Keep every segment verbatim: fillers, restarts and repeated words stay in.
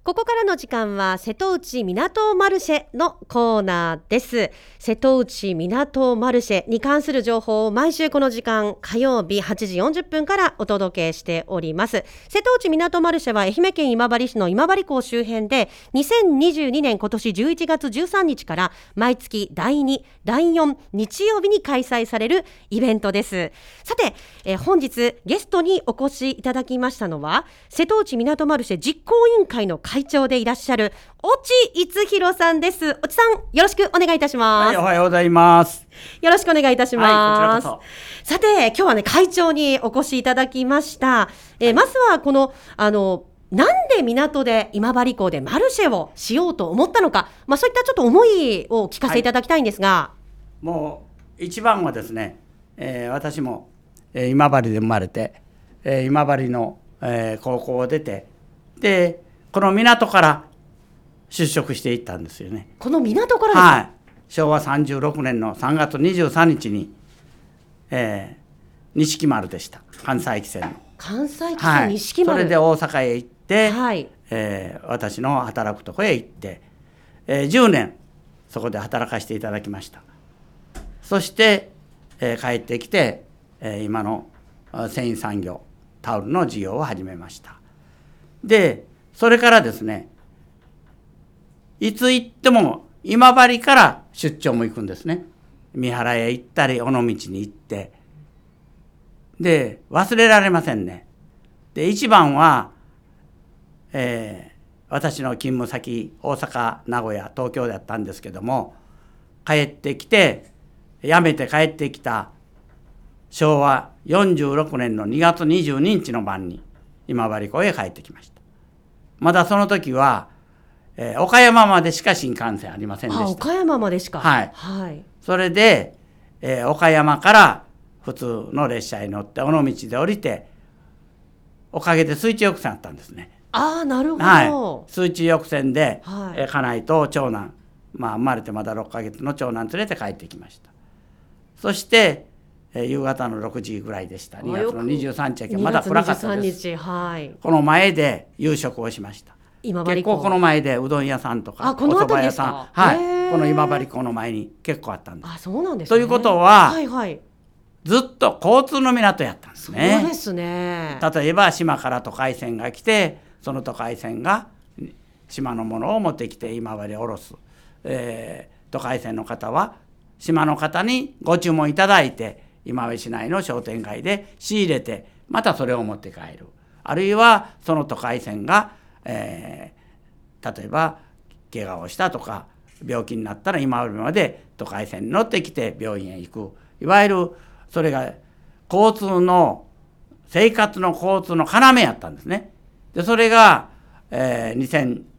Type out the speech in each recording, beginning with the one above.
ここからの時間は瀬戸内港マルシェのコーナーです。瀬戸内港マルシェに関する情報を毎週この時間火曜日はちじよんじゅっぷんからお届けしております。瀬戸内港マルシェは愛媛県今治市の今治港周辺でにせんにじゅうにねん今年じゅういちがつじゅうさんにちから毎月だいに、だいよん日曜日に開催されるイベントです。さて、えー、本日ゲストにお越しいただきましたのは瀬戸内港マルシェ実行委員会の会長でいらっしゃる越智逸弘さんです。越智さん、よろしくお願いいたします。 はい、おはようございます。 よろしくお願いいたします。 はい、こちさて、今日はね会長にお越しいただきました。えーはい、まずはこのあのなんで港で今治港でマルシェをしようと思ったのか、まあ、そういったちょっと思いを聞かせていただきたいんですが、はい、もう一番はですね、えー、私も、えー、今治で生まれて、えー、今治の、えー、高校を出て、でこの港から出職していったんですよね。 この港からですか？ はい、しょうわさんじゅうろくねんのさんがつにじゅうさんにちに、えー、錦丸でした。関西汽船の関西汽船錦丸、 はい、それで大阪へ行って、 はいえー、私の働くところへ行って、えー、じゅうねんそこで働かせていただきました。そして、えー、帰ってきて、えー、今の繊維産業タオルの事業を始めました。でそれからですね、いつ行っても今治から出張も行くんですね。三原へ行ったり尾道に行って、で忘れられませんね。で一番は、えー、私の勤務先大阪、名古屋、東京だったんですけども、帰ってきて辞めて帰ってきたしょうわよんじゅうろくねんのにがつにじゅうににちの晩に今治港へ帰ってきました。まだその時は、えー、岡山までしか新幹線ありませんでした。 あ、岡山までしか。 はい、 はい、 それで、えー、岡山から普通の列車に乗って尾道で降りて、おかげで水中翼船あったんですね。 ああ、なるほど、 はい、水中翼船で、 はい、 えー、家内と長男、まあ、生まれてまだろっかげつの長男連れて帰ってきました。そして、えー、夕方のろくじぐらいでした。にがつのにじゅうさんにちはまだ暗かったです。 はい、 この前で夕食をしました。 今治港結構この前でうどん屋さんとかお蕎麦屋さん、はい、この今治港の前に結構あったんです。 あ、そうなんですね。 ということは、 はいはい、 ずっと交通の港やったんですね。 そうですね。 例えば島から都海船が来て、その都海船が島のものを持ってきて今治下ろす、えー、都海船の方は島の方にご注文いただいて今治市内の商店街で仕入れて、またそれを持って帰る。あるいはその都海船がえー、例えば怪我をしたとか病気になったら今治まで都会線に乗ってきて病院へ行く、いわゆるそれが交通の生活の交通の要やったんですね。でそれが、えー、にせん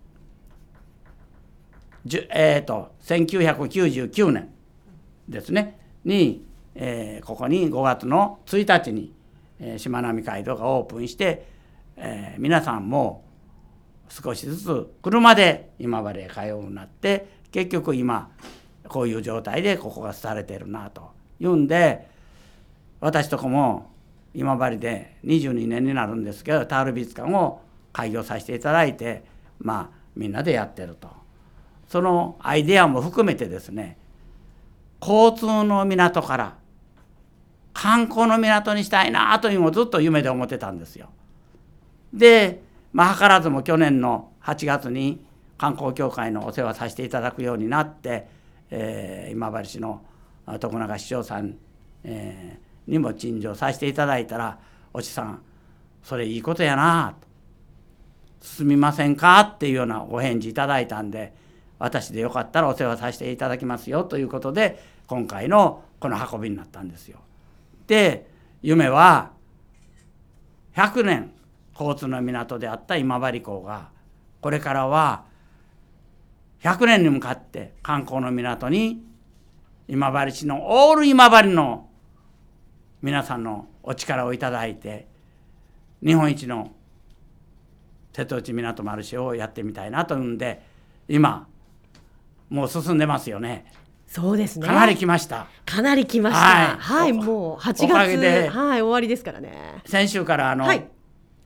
じゅう、えー、とせんきゅうひゃくきゅうじゅうきゅうねんですねに、えー、ここにごがつのついたちに、えー、しまなみ海道がオープンして、えー、皆さんも少しずつ車で今治へ通うようになって、結局今こういう状態でここが廃れてるなというんで、私とこも今治でにじゅうにねんになるんですけどタオル美術館を開業させていただいて、まあみんなでやってると。そのアイデアも含めてですね、交通の港から観光の港にしたいなというのをずっと夢で思ってたんですよ。でまあ、図らずも去年のはちがつに観光協会のお世話させていただくようになって、えー、今治市の徳永市長さん、えー、にも陳情させていただいたら、おしさんそれいいことやなと、進みませんかっていうようなお返事いただいたんで、私でよかったらお世話させていただきますよということで今回のこの運びになったんですよ。で夢はひゃくねん交通の港であった今治港がこれからはひゃくねんに向かって観光の港に今治市のオール今治の皆さんのお力をいただいて日本一の瀬戸内港マルシェをやってみたいなというんで、今もう進んでますよね。 そうですね。 かなり来ました。 かなり来ました。はい、はい、もうはちがつ、はい、終わりですからね。 先週からあの、はい、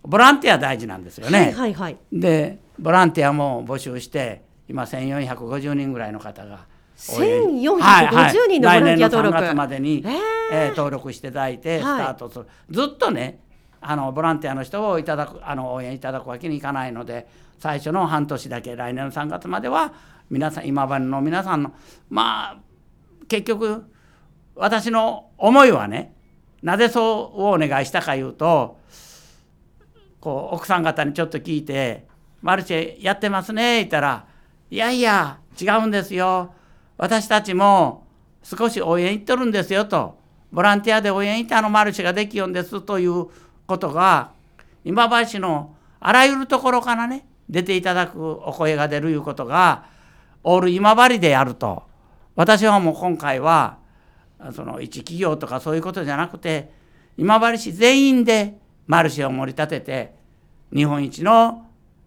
ボランティア大事なんですよね。 はいはいはい、 でボランティアも募集して今せんよんひゃくごじゅうにんぐらいの方がせんよんひゃくごじゅうにんのボランティア登録、 来年のさんがつまでに、えーえー、登録していただいてスタートする、はい、ずっとねあのボランティアの人をいただくあの応援いただくわけにいかないので、最初の半年だけ来年のさんがつまでは皆さん今治の皆さんのまあ結局私の思いはね、なぜそうお願いしたかいうと、こう奥さん方にちょっと聞いてマルシェやってますね言ったら、いやいや違うんですよ、私たちも少し応援行っとるんですよと、ボランティアで応援行ってあのマルシェができるんですということが今治市のあらゆるところからね出ていただくお声が出るいうことがオール今治でやると、私はもう今回はその一企業とかそういうことじゃなくて今治市全員でマルシェを盛り立てて日本一の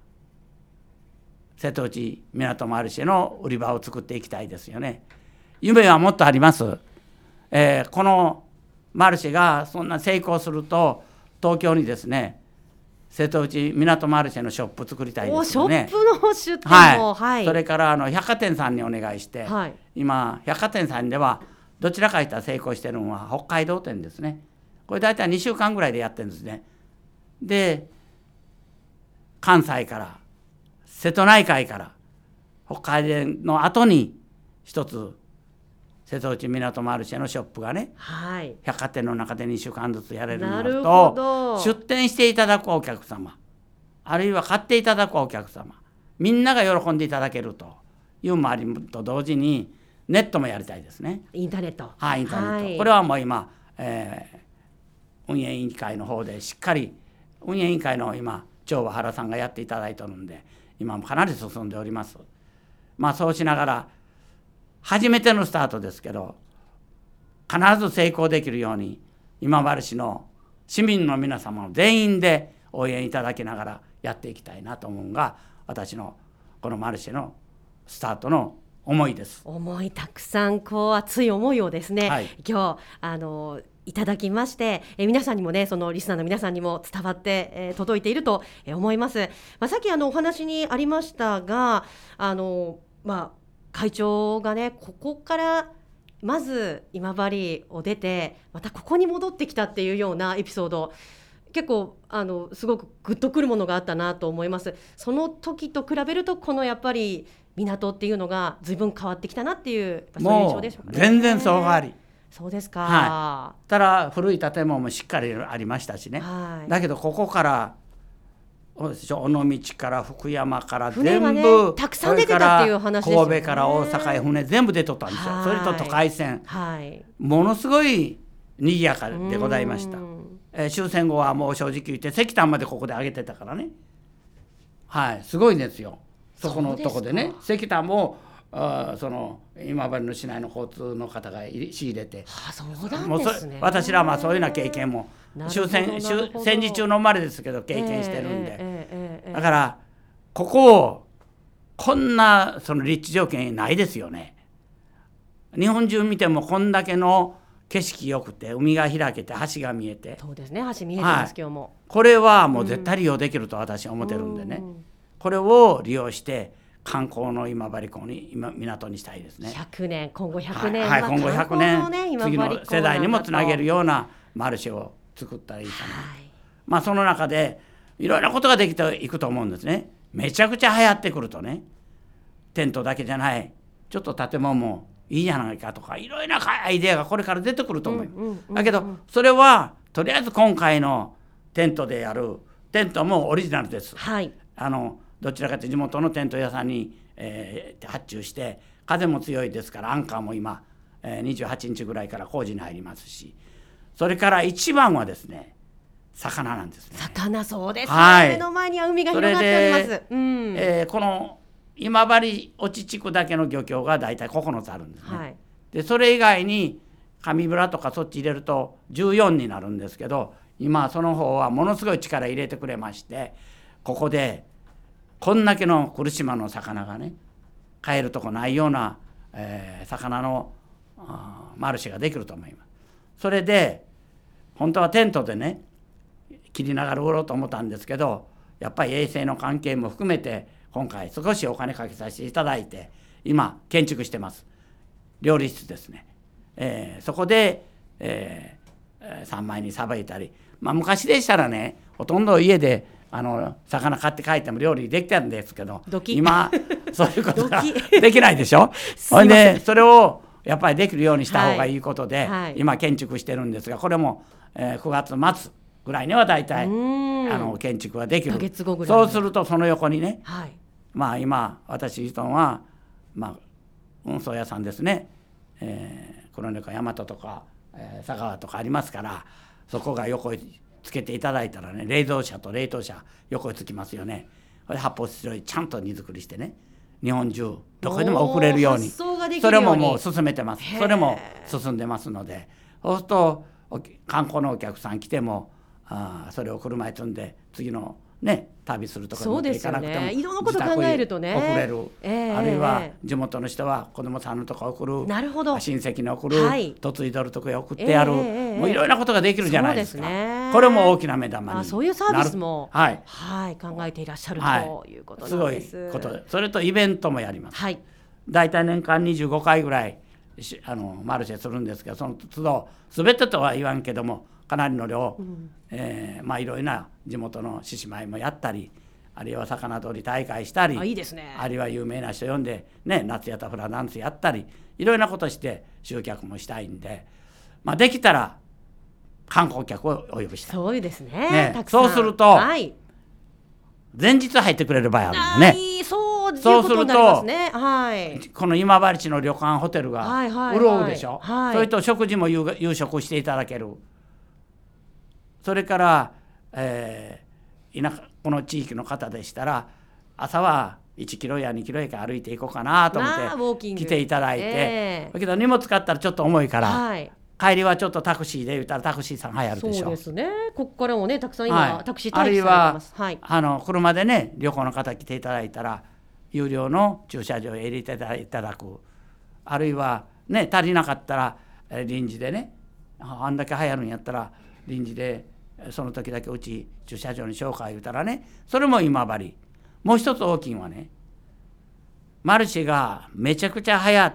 瀬戸内港マルシェの売り場を作っていきたいですよね。夢はもっとあります。えー、このマルシェがそんな成功すると東京にですね瀬戸内港マルシェのショップ作りたいですよね。 ショップの出店も、はいはい、 それからあの百貨店さんにお願いして、はい、今百貨店さんではどちらかいったら成功してるのは北海道店ですね。これ大体にしゅうかんぐらいでやってるんですね。で関西から瀬戸内海から北海道の後に一つ瀬戸内港マルシェのショップがね、はい、百貨店の中でにしゅうかんずつやれるようになると、出店していただくお客様、あるいは買っていただくお客様、みんなが喜んでいただけるというのもありと同時にネットもやりたいですね。 インターネット、 はい、インターネット、はい、これはもう今、えー、運営委員会の方でしっかり運営委員会の今長和原さんがやっていただいているんで今もかなり進んでおります。まあそうしながら初めてのスタートですけど必ず成功できるように今治市の市民の皆様の全員で応援いただきながらやっていきたいなと思うのが私のこのマルシェのスタートの思いです。 思いたくさんこう熱い思いをですね、はい、今日あのいただきまして、え皆さんにもねそのリスナーの皆さんにも伝わって、えー、届いていると思います。まあ、さっきあのお話にありましたがあのまあ会長がねここからまず今治を出てまたここに戻ってきたっていうようなエピソード結構あのすごくグッとくるものがあったなと思います。その時と比べるとこのやっぱり港っていうのが随分変わってきたなっていうそういう印象でしょうかね。 全然そう変わり。 そうですか、 はい、ただ古い建物もしっかりありましたしね、はい、だけどここから尾道から福山から全部、ね、 たくさん出てたっていう話ですよね。 神戸から大阪へ船全部出とったんですよ。それと都海線、 はい、 ものすごい賑やかでございました。えー、終戦後はもう正直言って石炭までここで上げてたからね、はい、すごいですよ。そこのとこでね石炭もあその今治の市内の交通の方が仕入れて、 あ、そうなんですね。 私らはまあそういうような経験も終戦戦時中の生まれですけど経験してるんで、えーえーえー、だからここをこんなその立地条件ないですよね。日本中見てもこんだけの景色良くて海が開けて橋が見えて、 そうですね、橋見えてます、はい、今日もこれはもう絶対利用できると私は思ってるんでね、うん、これを利用して観光の今治港に今港にしたいですね。 ひゃくねん今後ひゃくねん、 はいはい、今後ひゃくねん、ね、次の世代にもつなげるようなマルシェを作ったらいいかな、はい、まあその中でいろいろなことができていくと思うんですね。めちゃくちゃ流行ってくるとね、テントだけじゃないちょっと建物もいいじゃないかとかいろいろなアイデアがこれから出てくると思う、うんうんうんうん、だけどそれはとりあえず今回のテントでやるテントもオリジナルです、はい、あのどちらかというと地元のテント屋さんに、えー、発注して風も強いですからアンカーも今、えー、にじゅうはちにちぐらいから工事に入りますし、それから一番はですね魚なんですね。 魚、そうですね、はい、目の前には海が広がっております、うん、 えー、この今治越智地区だけの漁協がだいたいここのつあるんですね、はい、でそれ以外に上村とかそっち入れるとじゅうよんになるんですけど、今その方はものすごい力入れてくれまして、ここでこんだけの来島の魚がね買えるとこないような、えー、魚のマルシェができると思います。それで本当はテントでね切りながら売ろうと思ったんですけど、やっぱり衛生の関係も含めて今回少しお金かけさせていただいて今建築してます。料理室ですね、えー、そこで、えー、三枚にさばいたり、まあ、昔でしたらねほとんど家であの魚買って帰っても料理できたんですけど、今そういうことができないでしょほんでそれをやっぱりできるようにした方がいいことで、はいはい、今建築してるんですが、これも、えー、くがつまつぐらいにはだいたいあの建築ができる。そうするとその横にね、はい、まあ今私とは、まあ、運送屋さんですね、えー、黒猫大和とか、えー、佐川とかありますから、そこが横につけていただいたらね、冷蔵車と冷凍車横につきますよね。これ発泡スチロールちゃんと荷造りしてね、日本中どこにでも送れるように、それももう進めてます。それも進んでますので、そうすると観光のお客さん来てもあそれを車に積んで次のね旅するとかに持っていかなくても、 いろんなこと考えるとね送れる、えー、あるいは地元の人は子供さんのとこ送る、 なるほど、 親戚に送る、はい、嫁いどるとこへ送ってやる、えー、もういろいろなことができるじゃないですか。そうですね、これも大きな目玉になる。 あ、そういうサービスも、 はいはい、考えていらっしゃるということなんです。 すごいことで、それとイベントもやります。 はい、 だいたい年間にじゅうごかいぐらいあのマルシェするんですけど、その都度全てとは言わんけどもかなりの量、うんえー、まあいろいろな地元の獅子舞もやったり、あるいは魚取り大会したり、 あ、いいですね、 あるいは有名な人呼んで、ね、夏やったフラダンスやったり、いろいろなことして集客もしたいんで、まあ、できたら観光客をお呼びしたい。 そうです ね, ねたくさんそうすると、はい、前日入ってくれる場合あるんだね。 そういうことになりますね。はい、 この今治市の旅館ホテルが潤うでしょ、はいはいはい、それと食事も 夕, 夕食していただける。それから、えー、田舎この地域の方でしたら朝はいちキロやにキロやから歩いていこうかなと思って来ていただいて、えー、だけど荷物買ったらちょっと重いから、はい、帰りはちょっとタクシーで言ったらタクシーさんはやるでしょ。 そうですね、ここからもねたくさん今、はい、タクシー待機されてます。 あるいは、はい、あの車でね旅行の方来ていただいたら有料の駐車場へ入れていただく、あるいはね足りなかったら、えー、臨時でね あ, あんだけ流行るんやったら臨時でその時だけうち駐車場に紹介言うたらね、それも今治。もう一つ大きいのはね、マルシェがめちゃくちゃ流行って、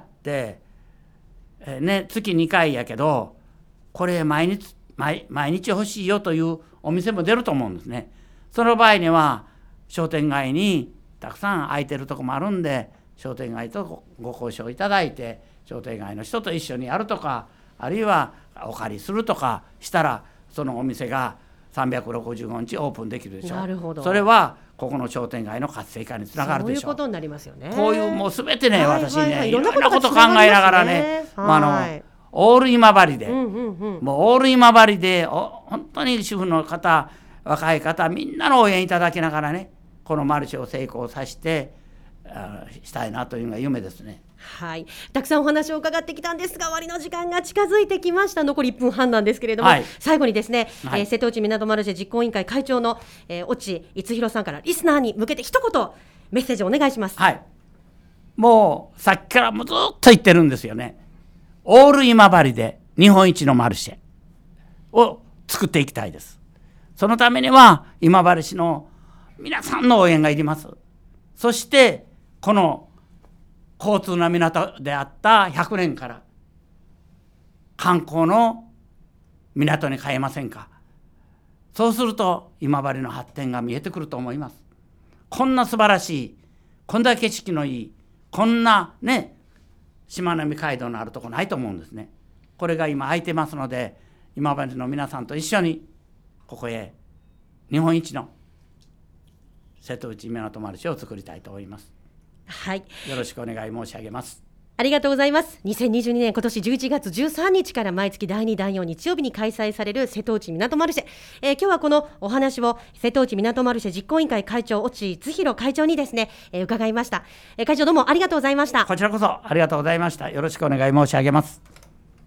えーね、月にかいやけどこれ毎日 毎, 毎日欲しいよというお店も出ると思うんですね。その場合には商店街にたくさん空いてるとこもあるんで、商店街と ご, ご交渉いただいて商店街の人と一緒にやるとか、あるいはお借りするとかしたらそのお店がさんびゃくろくじゅうごにちオープンできるでしょ。 なるほど。 それはここの商店街の活性化につながるでしょ。 そういうことになりますよね。 こういうもう全てね、はいはいはい、私ねいろんなこと考えながらね、まあ、あのオール今治で、うんうんうん、もうオール今治で本当に主婦の方若い方みんなの応援いただきながらね、このマルシェを成功させてしたいなというのが夢ですね。 はい、たくさんお話を伺ってきたんですが終わりの時間が近づいてきました。残りいっぷんはんなんですけれども、はい、最後にですね、はい、えー、瀬戸内港マルシェ実行委員会会長の、えー、越智逸弘さんからリスナーに向けて一言メッセージをお願いします。 はい、もうさっきからもずっと言ってるんですよね。オール今治で日本一のマルシェを作っていきたいです。そのためには今治市の皆さんの応援がいります。そしてこの交通の港であったひゃくねんから観光の港に変えませんか。そうすると今治の発展が見えてくると思います。こんな素晴らしい、こんな景色のいい、こんなねしまなみ海道のあるところないと思うんですね。これが今空いてますので、今治の皆さんと一緒にここへ日本一の瀬戸内港マルシェを作りたいと思います。 はい、 よろしくお願い申し上げます。 ありがとうございます。にせんにじゅうにねん今年じゅういちがつじゅうさんにちから毎月だいにだいよん日曜日に開催される瀬戸内港マルシェ、えー、今日はこのお話を瀬戸内港マルシェ実行委員会会長越智逸弘会長にですね、えー、伺いました。えー、会長どうもありがとうございました。 こちらこそありがとうございました。よろしくお願い申し上げます。